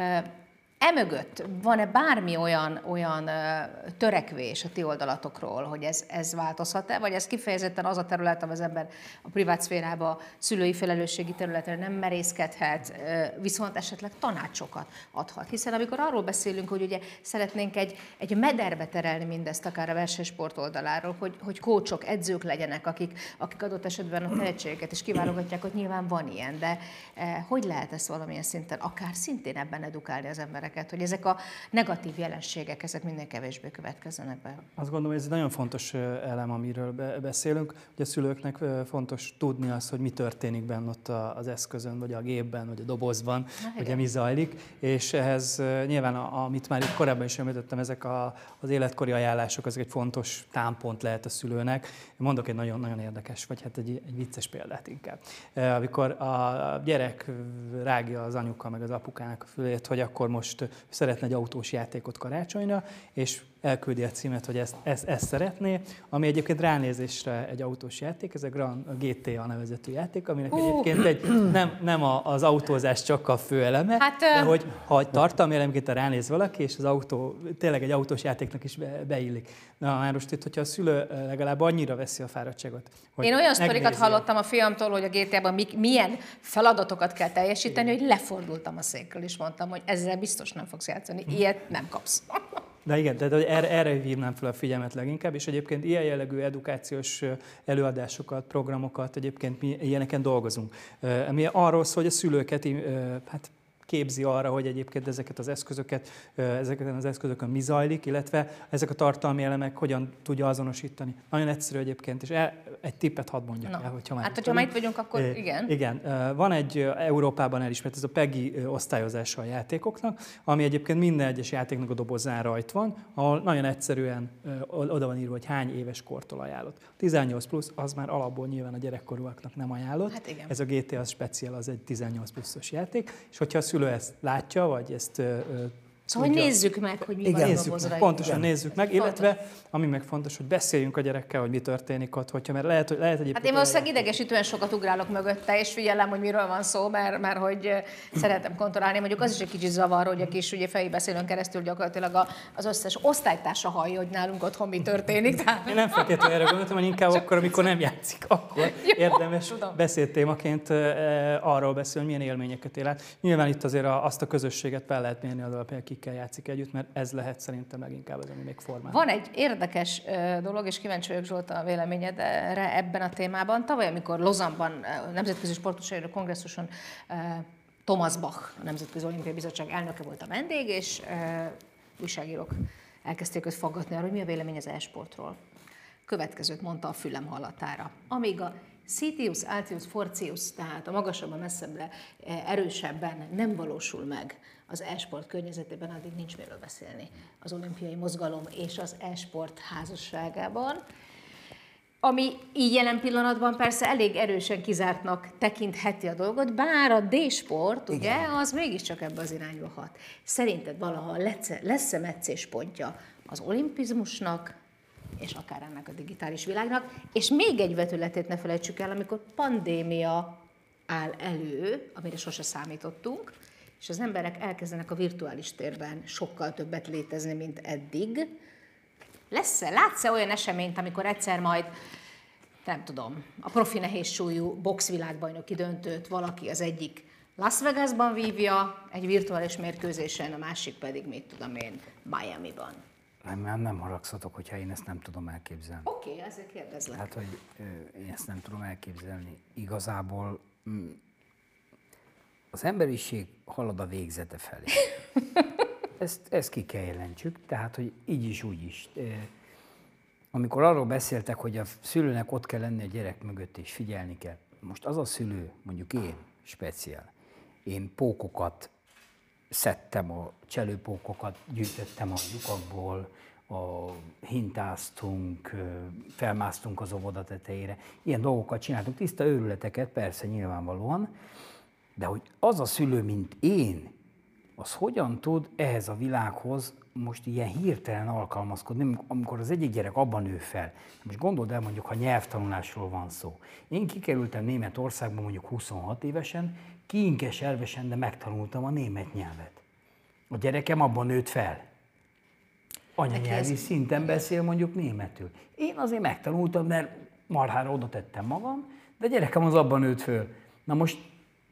Emögött van-e bármi olyan, olyan törekvés a ti oldalatokról, hogy ez, ez változhat-e, vagy ez kifejezetten az a terület, ahol az ember a privát szférába, szülői felelősségi területre nem merészkedhet, viszont esetleg tanácsokat adhat. Hiszen amikor arról beszélünk, hogy ugye szeretnénk egy, egy mederbe terelni mindezt, akár a versenysport oldaláról, hogy, hogy kócsok, edzők legyenek, akik, akik adott esetben a tehetségeket is kiválogatják, hogy nyilván van ilyen, de eh, hogy lehet ezt valamilyen szinten, akár szintén ebben edukálni az embereket, hogy ezek a negatív jelenségek, ezek minél kevésbé következzenek be. Azt gondolom, hogy ez egy nagyon fontos elem, amiről beszélünk. Ugye a szülőknek fontos tudni azt, hogy mi történik benne ott az eszközön, vagy a gépben, vagy a dobozban, Na, ugye mi zajlik, és ehhez nyilván, amit már itt korábban is említettem, ezek a, az életkori ajánlások, ezek egy fontos támpont lehet a szülőnek. Mondok egy nagyon-nagyon érdekes, vagy hát egy, egy vicces példát inkább. Amikor a gyerek rágja az anyuka meg az apukának a fülét, hogy akkor most szeretne egy autós játékot karácsonyra, és elküldi a címet, hogy ezt, ezt, ezt szeretné, ami egyébként ránézésre egy autós játék, ez a gé té á nevezetű játék, aminek uh. egyébként egy, nem, nem az autózás csak a fő eleme, hát, de hogy ha tartalmi elemként ránéz valaki, és az autó tényleg egy autós játéknak is be, beillik. Na, már most itt, hogyha a szülő legalább annyira veszi a fáradtságot, hogy én olyan sztorikat hallottam a fiamtól, hogy a gé té á-ban milyen feladatokat kell teljesíteni, hogy lefordultam a székről, és mondtam, hogy ezzel biztos nem fogsz játszani, ilyet nem kapsz. De igen, tehát erre, erre hívnám fel a figyelmet leginkább, és egyébként ilyen jellegű edukációs előadásokat, programokat, egyébként mi ilyeneken dolgozunk. Mi arról szól, hogy a szülőket hát képzi arra, hogy egyébként ezeket az eszközöket, ezeken az eszközökön mi zajlik, illetve ezek a tartalmi elemek hogyan tudja azonosítani. Nagyon egyszerű egyébként, és el, egy tippet hadd mondjak no. el, hogyha már Hát, hogyha már itt vagyunk, akkor é, igen. Igen, van egy Európában elismert, ez a PEGI osztályozása a játékoknak, ami egyébként minden egyes játéknak a dobozán rajt van, ahol nagyon egyszerűen oda van írva, hogy hány éves kortól ajánlott. tizennyolc plusz, az már alapból nyilván a gyerekkorúaknak nem ajánlott. Hát igen. Ez a gé té á Special, az egy tizennyolc pluszos játék, és hogyha a szülő ezt látja, vagy ezt Szóval hogy nézzük meg, hogy mi igen, van a nézzük dobozra. meg, pontosan igen. nézzük meg, illetve ami meg fontos, hogy beszéljünk a gyerekkel, hogy mi történik ott, hogyha, mert lehet, hogy lehet egyébként... Hát én valószínűleg idegesítően sokat ugrálok mögötte, és figyelem, hogy miről van szó, mert, mert hogy szeretem kontrollálni. Mondjuk az is egy kicsit zavar, hogy a kis ugye, fejbeszélőn keresztül gyakorlatilag a, az összes osztálytársa hallja, hogy nálunk otthon mi történik. Tehát... Én nem feltétlenül erre gondoltam, hogy inkább akkor, amikor nem játszik, akkor Jó, érdemes tudom. beszédtémaként arról beszélni, milyen élményeket él át. Nyilván itt azért azt a közösséget fel lehet mérni az alapján, kikkel játszik együtt, mert ez lehet szerintem leginkább az, ami még formál. Van egy érdekes dolog, és kíváncsi vagyok, Zsolt, a véleményedre ebben a témában. Tavaly, amikor Lausanne-ban, a Nemzetközi Sportújságírók Kongresszuson Thomas Bach, a Nemzetközi Olimpiai Bizottság elnöke volt a vendég, és újságírók elkezdték őt faggatni arra, hogy mi a vélemény az e-sportról. Következőt mondta a fülem hallatára. Amíg a Citius, Altius, Fortius, tehát a magasabban, messzebbre, erősebben nem valósul meg az e-sport környezetében, addig nincs miről beszélni az olimpiai mozgalom és az e-sport házasságában. Ami így jelen pillanatban persze elég erősen kizártnak tekintheti a dolgot, bár a D-sport, ugye, az mégiscsak ebbe az irányba hat. Szerinted valaha lesz-e meccéspontja az olimpizmusnak, és akár ennek a digitális világnak, és még egy vetületét ne felejtsük el, amikor pandémia áll elő, amire sose számítottunk, és az emberek elkezdenek a virtuális térben sokkal többet létezni, mint eddig. Lesz-e, látsz-e olyan eseményt, amikor egyszer majd, nem tudom, a profi nehézsúlyú boxvilágbajnoki döntőt valaki az egyik Las Vegasban vívja, egy virtuális mérkőzésen, a másik pedig, mit tudom én, Miamiban. Nem, nem haragszatok, hogyha én ezt nem tudom elképzelni. Oké, okay, ezért kérdezlek. Hát, hogy ö, én ezt nem tudom elképzelni. Igazából mm, az emberiség halad a végzete felé. Ezt, ezt ki kell jelentsük, tehát, hogy így is, úgy is. Amikor arról beszéltek, hogy a szülőnek ott kell lenni a gyerek mögött, és figyelni kell. Most az a szülő, mondjuk én, speciál, én pókokat szedtem, a cselőpókokat gyűjtöttem a lyukakból, a hintáztunk, felmásztunk az óvoda tetejére. Ilyen dolgokat csináltunk, tiszta őrületeket, persze nyilvánvalóan, de hogy az a szülő, mint én, az hogyan tud ehhez a világhoz most ilyen hirtelen alkalmazkodni, amikor az egyik gyerek abban nő fel. Most gondold el, mondjuk, ha nyelvtanulásról van szó. Én kikerültem Németországba mondjuk huszonhat évesen, kiinkes elvesen, de megtanultam a német nyelvet. A gyerekem abban nőtt fel. Anyanyelvi szinten beszél mondjuk németül. Én azért megtanultam, mert marhára oda tettem magam, de a gyerekem az abban nőtt föl. Na most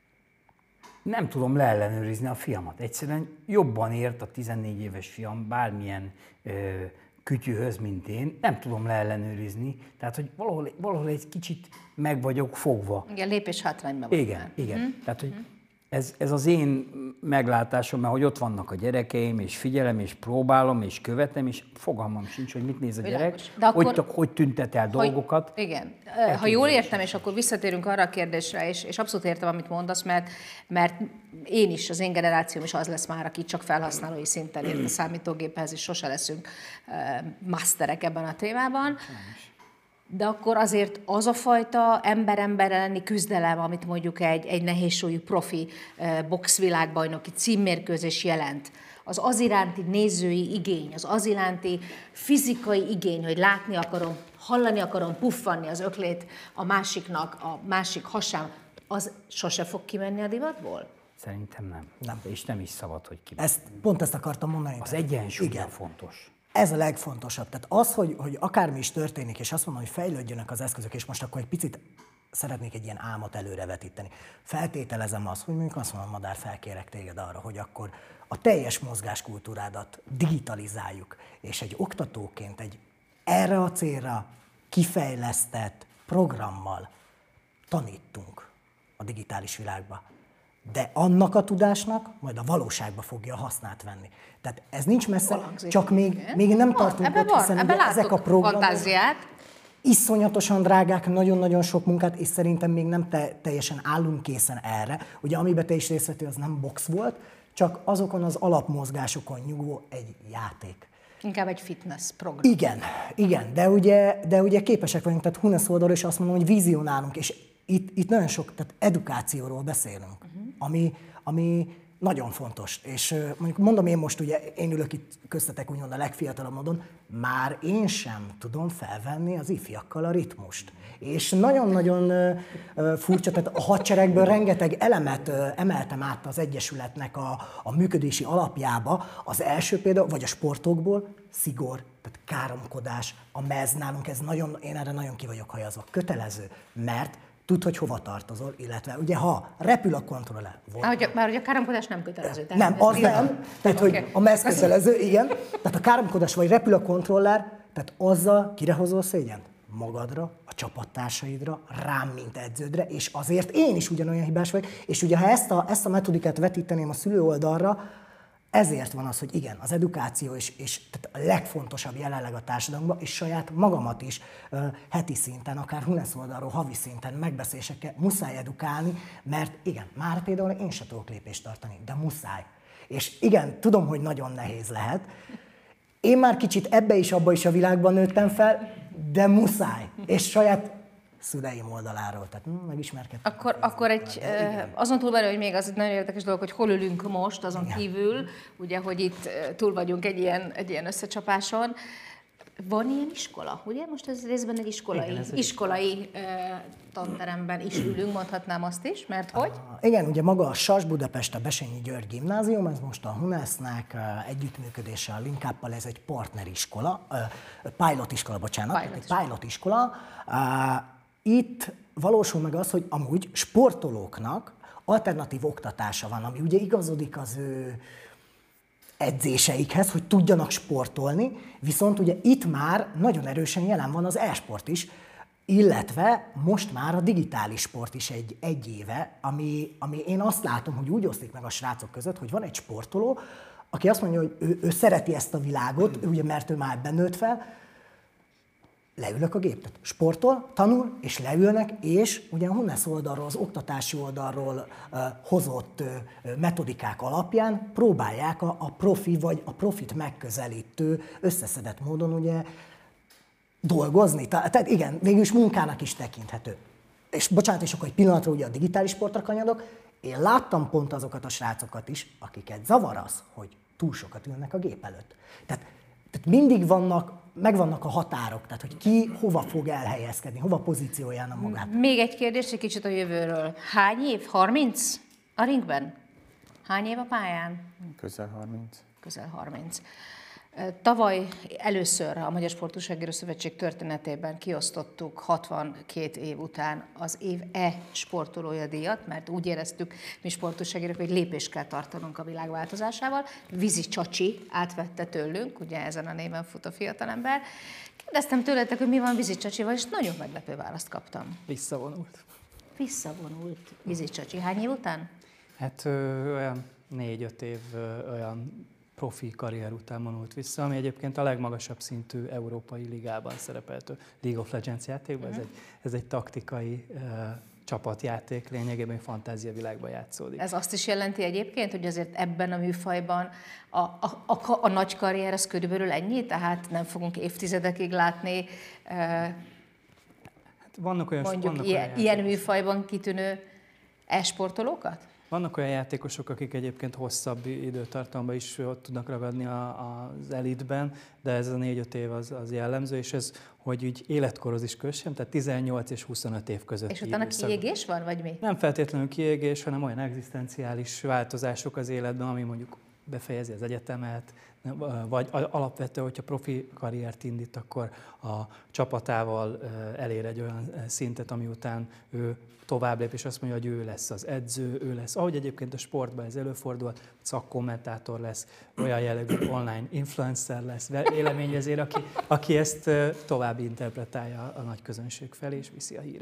nem tudom leellenőrizni a fiamat. Egyszerűen jobban ért a tizennégy éves fiam bármilyen ö, kütyűhöz, mint én. Nem tudom leellenőrizni. Tehát, hogy valahol, valahol egy kicsit meg vagyok fogva. Igen, lépés hátrányban van. Igen, igen. Mm. Tehát, hogy ez, ez az én meglátásom, mert hogy ott vannak a gyerekeim, és figyelem, és próbálom, és követem, és fogalmam sincs, hogy mit néz a gyerek, De akkor, hogy, hogy tüntet el dolgokat. Hogy, igen. Ha jól értem, és akkor visszatérünk arra a kérdésre, és, és abszolút értem, amit mondasz, mert, mert én is, az én generációm is az lesz már, aki csak felhasználói szinten ért a számítógéphez, és sose leszünk uh, masterek ebben a témában. De akkor azért az a fajta ember-ember elleni küzdelem, amit mondjuk egy, egy nehézsúlyú profi uh, boxvilágbajnoki címmérkőzés jelent, az az iránti nézői igény, az az iránti fizikai igény, hogy látni akarom, hallani akarom, puffanni az öklét a másiknak, a másik hasán, az sose fog kimenni a divatból? Szerintem nem. Nem. És nem is szabad, hogy kimenni. Ezt, pont ezt akartam mondani. Az egyensúly a fontos. Ez a legfontosabb. Tehát az, hogy, hogy akármi is történik, és azt mondom, hogy fejlődjönek az eszközök, és most akkor egy picit szeretnék egy ilyen álmot előrevetíteni. Feltételezem azt, hogy mondjuk azt mondom, Madár, felkérek téged arra, hogy akkor a teljes mozgáskultúrádat digitalizáljuk, és egy oktatóként egy erre a célra kifejlesztett programmal tanítunk a digitális világba. de annak a tudásnak majd a valóságba fogja a hasznát venni. Tehát ez nincs messze, Hangzik. csak még, még nem tartunk Ebben ott, van, hiszen ebben ugye ezek a látok programok fantáziát. iszonyatosan drágák, nagyon-nagyon sok munkát, és szerintem még nem te, teljesen állunk készen erre. Ugye amiben te is részt vettél, az nem box volt, csak azokon az alapmozgásokon nyugvó egy játék. Inkább egy fitness program. Igen, igen, de ugye, de ugye képesek vagyunk, tehát Hunesz oldalról is azt mondom, hogy vizionálunk, és itt, itt nagyon sok, tehát edukációról beszélünk, uh-huh. ami, ami nagyon fontos. És mondjuk mondom én most, ugye én ülök itt köztetek úgymond a legfiatalabb módon, már én sem tudom felvenni az ifjakkal a ritmust. És nagyon-nagyon furcsa, tehát a hadseregből rengeteg elemet emeltem át az Egyesületnek a, a működési alapjába. Az első például, vagy a sportokból, szigor, tehát káromkodás, a mez nálunk, ez nagyon, én erre nagyon ki vagyok hajazva, kötelező, mert tudd, hogy hova tartozol, illetve ugye ha repül a kontroller. Már, már ugye a káromkodás nem kötelező. Nem, az nem. Tehát, hogy a mez kötelező, igen. Tehát a káromkodás vagy repül a kontroller, tehát azzal kire hozol szégyent? Magadra, a csapattársaidra, rám, mint edződre, és azért én is ugyanolyan hibás vagyok. És ugye ha ezt a, ezt a metodikát vetíteném a szülő oldalra, ezért van az, hogy igen, az edukáció és, és tehát a legfontosabb jelenleg a társadalomban, és saját magamat is uh, heti szinten, akár Hunesz oldalról, havi szinten megbeszélésekkel muszáj edukálni, mert igen, már például én sem tudok lépést tartani, de muszáj. És igen, tudom, hogy nagyon nehéz lehet. Én már kicsit ebbe is, abba is a világban nőttem fel, de muszáj. És saját szüleim oldaláról, tehát hm, megismerkedtem. Akkor, akkor egy, azon túl hogy még az egy nagyon érdekes dolog, hogy hol ülünk most, azon igen. kívül, ugye, hogy itt túl vagyunk egy ilyen, egy ilyen összecsapáson. Van ilyen iskola, ugye? Most ez részben egy iskolai, igen, iskolai uh, tanteremben is ülünk, mondhatnám azt is, mert hogy? Ah, igen, ugye maga a Sas Budapest, a Besényi György Gimnázium, ez most a Hunesznek uh, együttműködése a Linkáppal, ez egy partneriskola, uh, pilot iskola, bocsánat, pilot egy pilot iskola. Uh, itt valósul meg az, hogy amúgy sportolóknak alternatív oktatása van, ami ugye igazodik az ő edzéseikhez, hogy tudjanak sportolni, viszont ugye itt már nagyon erősen jelen van az e-sport is, illetve most már a digitális sport is egy, egy éve, ami, ami én azt látom, hogy úgy osztik meg a srácok között, hogy van egy sportoló, aki azt mondja, hogy ő, ő szereti ezt a világot, ugye, mert ő már ebben nőtt fel, leülök a gép, tehát sportol, tanul, és leülnek, és ugye a Hunesz oldalról, az oktatási oldalról uh, hozott uh, metodikák alapján próbálják a, a profi vagy a profit megközelítő, összeszedett módon ugye dolgozni. Tehát igen, végülis munkának is tekinthető. És bocsánat, és akkor egy pillanatra ugye a digitális sportra kanyarok, én láttam pont azokat a srácokat is, akiket zavar az, hogy túl sokat ülnek a gép előtt. Tehát, tehát mindig vannak, megvannak a határok, tehát hogy ki hova fog elhelyezkedni, hova pozícióján a magát. Még egy kérdés, egy kicsit a jövőről. Hány év? harminc a ringben? Hány év a pályán? Közel harminc. Közel harminc. Tavaly először a Magyar Sportújságíró Szövetség történetében kiosztottuk hatvankét év után az év e-sportolója díjat, mert úgy éreztük mi sportújságírók, hogy lépést kell tartanunk a világ változásával. Vizi Csacsi átvette tőlünk, ugye ezen a néven fut a fiatalember. Kérdeztem tőletek, hogy mi van Vizi Csacsival, és nagyon meglepő választ kaptam. Visszavonult. Visszavonult Vizi Csacsi. Hány év után? Hát ö, olyan négy-öt év ö, olyan profi karrier után vonult vissza, ami egyébként a legmagasabb szintű európai ligában szerepeltő League of Legends játékban. Uh-huh. Ez, egy, ez egy taktikai uh, csapatjáték, lényegében fantáziavilágban játszódik. Ez azt is jelenti egyébként, hogy azért ebben a műfajban a, a, a, a nagy karrier az körülbelül ennyi, tehát nem fogunk évtizedekig látni uh, hát vannak olyan, mondjuk vannak ilyen, olyan ilyen műfajban kitűnő e-sportolókat? Vannak olyan játékosok, akik egyébként hosszabb időtartamban is ott tudnak ragadni a, a, az elitben, de ez a négy-öt év az, az jellemző, és ez, hogy úgy életkorhoz is kössem, tehát tizennyolc és huszonöt év között. És utána kiégés van, vagy mi? Nem feltétlenül kiégés, hanem olyan egzisztenciális változások az életben, ami mondjuk befejezi az egyetemet, vagy alapvetően, hogyha profi karriert indít, akkor a csapatával elér egy olyan szintet, ami után ő tovább lép, és azt mondja, hogy ő lesz az edző, ő lesz, ahogy egyébként a sportban ez előfordul, szakkommentátor lesz, olyan jellegű online influencer lesz, véleményvezér, aki, aki ezt tovább interpretálja a nagy közönség felé, és viszi a hírét.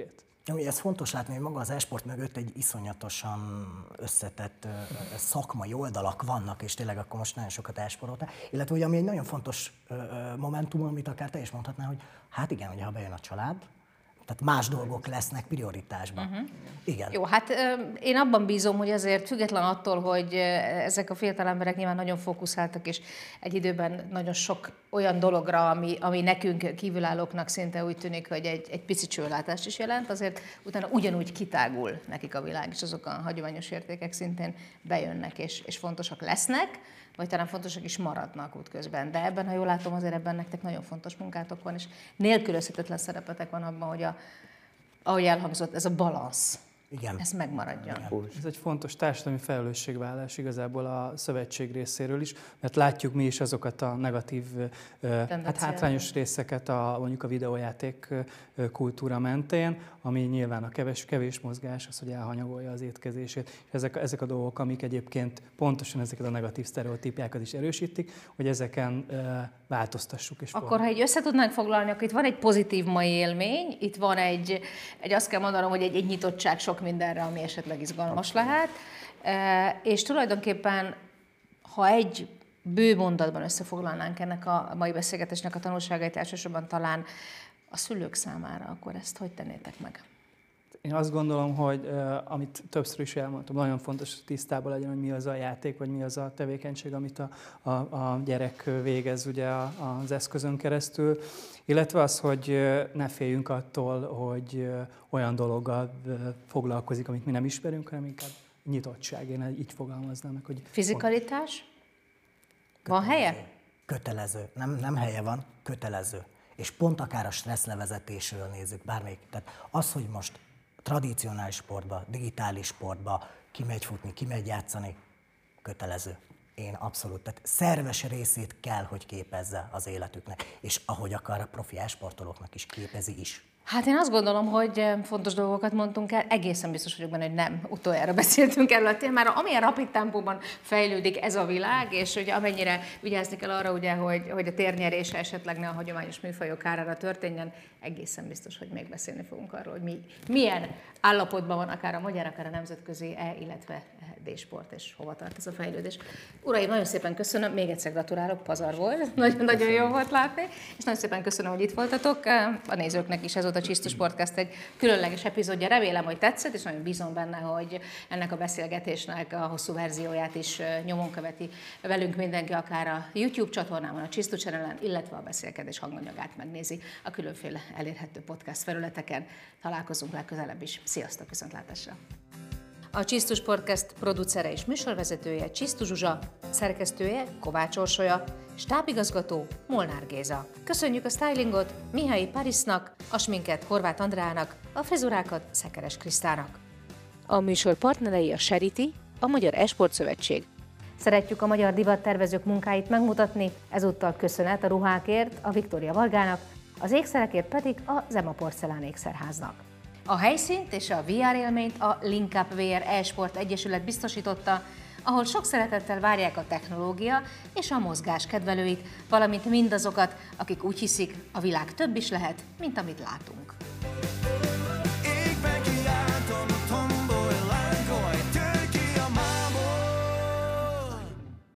Ami ez fontos látni, hogy maga az e-sport mögött egy iszonyatosan összetett ö, ö, szakmai oldalak vannak, és tényleg akkor most nagyon sokat elsporoltál. Illetve ugye, ami egy nagyon fontos ö, ö, momentum, amit akár te is mondhatnál, hogy hát igen, hogyha bejön a család, tehát más dolgok lesznek prioritásban. Uh-huh. Igen. Jó, hát én abban bízom, hogy azért független attól, hogy ezek a fiatal emberek nyilván nagyon fókuszáltak, és egy időben nagyon sok olyan dologra, ami, ami nekünk kívülállóknak szinte úgy tűnik, hogy egy, egy pici csőlátást is jelent, azért utána ugyanúgy kitágul nekik a világ, és azok a hagyományos értékek szintén bejönnek, és, és fontosak lesznek, vagy talán fontosak is maradnak útközben. De ebben, ha jól látom, azért ebben nektek nagyon fontos munkátok van, és nélkülözhetetlen szerepetek van abban, hogy a, ahogy elhangzott, ez a balansz, Igen. ez megmaradjon. Igen. Ez egy fontos társadalmi felelősségvállás igazából a szövetség részéről is, mert látjuk mi is azokat a negatív, hát hátrányos részeket a, mondjuk a videójáték kultúra mentén, ami nyilván a kevés, kevés mozgás, az, hogy elhanyagolja az étkezését. És ezek, ezek a dolgok, amik egyébként pontosan ezeket a negatív sztereotípiákat is erősítik, hogy ezeken változtassuk. És akkor, ha így össze tudnánk foglalni, akkor itt van egy pozitív mai élmény, itt van egy, egy azt kell mondanom, hogy egy, egy nyitottság sok mindenre, ami esetleg izgalmas lehet, és tulajdonképpen, ha egy bő mondatban összefoglalnánk ennek a mai beszélgetésnek a tanulságait, elsősorban talán a szülők számára, akkor ezt hogy tennétek meg? Én azt gondolom, hogy uh, amit többször is elmondtam, nagyon fontos, hogy tisztában legyen, hogy mi az a játék, vagy mi az a tevékenység, amit a, a, a gyerek végez ugye a, az eszközön keresztül, illetve az, hogy ne féljünk attól, hogy olyan dologgal foglalkozik, amit mi nem ismerünk, hanem inkább nyitottság. Én így fogalmaznám meg, hogy... Fizikalitás? Van helye? Kötelező. Nem, nem helye van, kötelező. És pont akár a stresszlevezetésről nézzük, bármelyik. Tehát az, hogy most tradicionális sportba, digitális sportba kimegy futni, kimegy játszani, kötelező. Én abszolút. Tehát szerves részét kell, hogy képezze az életüknek. És ahogy akar a profi e-sportolóknak is képezi is. Hát én azt gondolom, hogy fontos dolgokat mondtunk el, egészen biztos vagyok benne, hogy nem utoljára beszéltünk erről a témáról. Amilyen rapid tempóban fejlődik ez a világ, és ugye amennyire vigyázni kell arra, ugye, hogy, hogy a térnyerése esetleg ne a hagyományos műfajok kárára történjen, egészen biztos, hogy még beszélni fogunk arról, hogy mi, milyen állapotban van akár a magyar, akár a nemzetközi E, illetve D-sport, és hova tart ez a fejlődés. Uraim, nagyon szépen köszönöm, még egyszer gratulálok, pazar volt, nagyon-nagyon jó volt látni, és nagyon szépen köszönöm, hogy itt voltatok. A nézőknek is ez volt a Csisztus Podcast egy különleges epizódja. Remélem, hogy tetszett, és nagyon bízom benne, hogy ennek a beszélgetésnek a hosszú verzióját is nyomon követi velünk mindenki, akár a YouTube csatornámon, a Csisztus Channelen, illetve a beszélgetés hanganyagát megnézi a különféle elérhető podcast felületeken. Találkozunk legközelebb is. Sziasztok, viszontlátásra! A Csisztus Podcast producere és műsorvezetője Csisztus Zsuzsa, szerkesztője Kovács Orsolya, stábigazgató Molnár Géza. Köszönjük a stylingot Mihály Parisnak, a sminket Horváth Andrának, a frizurákat Szekeres Krisztának. A műsor partnerei a Charity, a Magyar E-sport Szövetség. Szeretjük a magyar divattervezők munkáit megmutatni, ezúttal köszönet a ruhákért a Viktória Vargának, az ékszerekért pedig a Zema Porcelán ékszerháznak. A helyszínt és a vé er élményt a LinkUp vé er e-sport egyesület biztosította, ahol sok szeretettel várják a technológia és a mozgás kedvelőit, valamint mindazokat, akik úgy hiszik, a világ több is lehet, mint amit látunk.